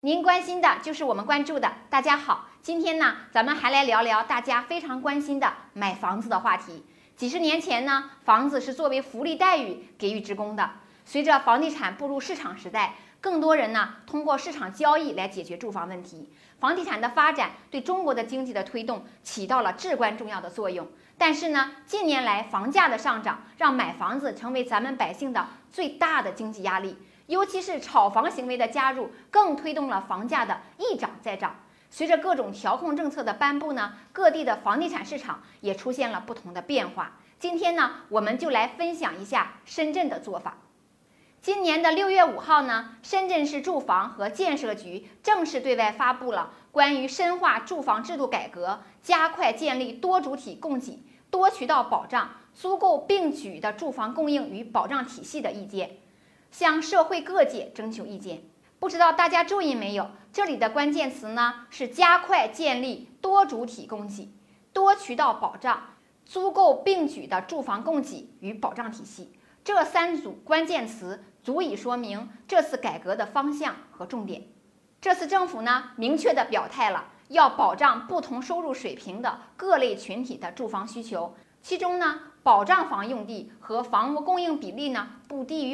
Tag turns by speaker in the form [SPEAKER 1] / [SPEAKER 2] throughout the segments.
[SPEAKER 1] 您关心的就是我们关注的。大家好，今天呢，咱们还来聊聊大家非常关心的买房子的话题。几十年前呢，房子是作为福利待遇给予职工的。随着房地产步入市场时代，更多人呢通过市场交易来解决住房问题。房地产的发展对中国的经济的推动起到了至关重要的作用。但是呢，近年来房价的上涨，让买房子成为咱们百姓的最大的经济压力。尤其是炒房行为的加入，更推动了房价的一涨再涨。随着各种调控政策的颁布呢，各地的房地产市场也出现了不同的变化。今天呢，我们就来分享一下深圳的做法。今年的6月5号呢，深圳市住房和建设局正式对外发布了关于深化住房制度改革、加快建立多主体供给、多渠道保障、租购并举的住房供应与保障体系的意见，向社会各界征求意见。不知道大家注意没有，这里的关键词呢是加快建立多主体供给、多渠道保障、租购并举的住房供给与保障体系。这3组关键词足以说明这次改革的方向和重点。这次政府呢明确地表态了，要保障不同收入水平的各类群体的住房需求。其中呢，保障房用地和房屋供应比例呢不低于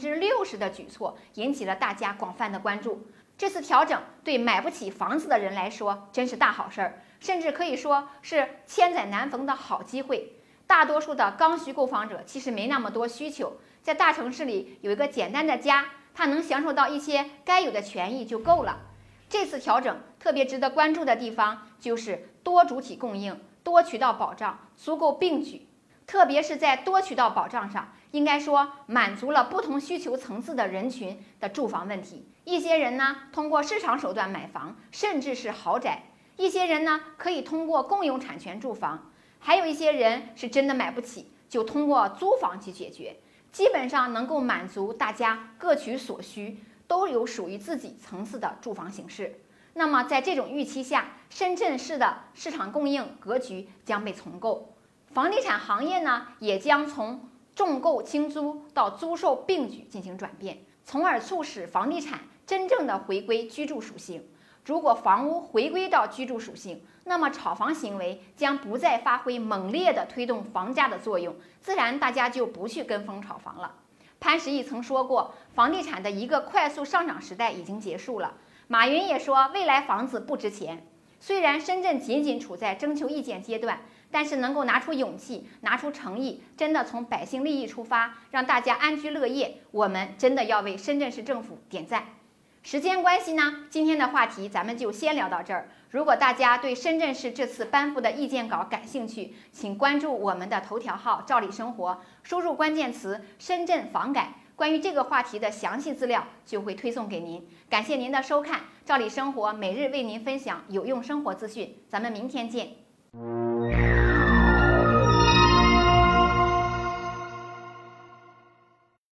[SPEAKER 1] 60%的举措，引起了大家广泛的关注。这次调整对买不起房子的人来说真是大好事儿，甚至可以说是千载难逢的好机会。大多数的刚需购房者其实没那么多需求，在大城市里有一个简单的家，他能享受到一些该有的权益就够了。这次调整特别值得关注的地方就是多主体供应、多渠道保障、租购并举。特别是在多渠道保障上，应该说满足了不同需求层次的人群的住房问题。一些人呢通过市场手段买房，甚至是豪宅；一些人呢可以通过共有产权住房，还有一些人是真的买不起，就通过租房去解决。基本上能够满足大家各取所需，都有属于自己层次的住房形式。那么在这种预期下，深圳市的市场供应格局将被重构，房地产行业呢也将从重购轻租到租售并举进行转变，从而促使房地产真正的回归居住属性。如果房屋回归到居住属性，那么炒房行为将不再发挥猛烈的推动房价的作用，自然大家就不去跟风炒房了。潘石屹曾说过，房地产的一个快速上涨时代已经结束了。马云也说，未来房子不值钱。虽然深圳仅仅处在征求意见阶段，但是能够拿出勇气、拿出诚意，真的从百姓利益出发，让大家安居乐业，我们真的要为深圳市政府点赞。时间关系呢，今天的话题咱们就先聊到这儿。如果大家对深圳市这次颁布的意见稿感兴趣，请关注我们的头条号“照理生活”，输入关键词“深圳房改”，关于这个话题的详细资料就会推送给您。感谢您的收看，照理生活每日为您分享有用生活资讯，咱们明天见。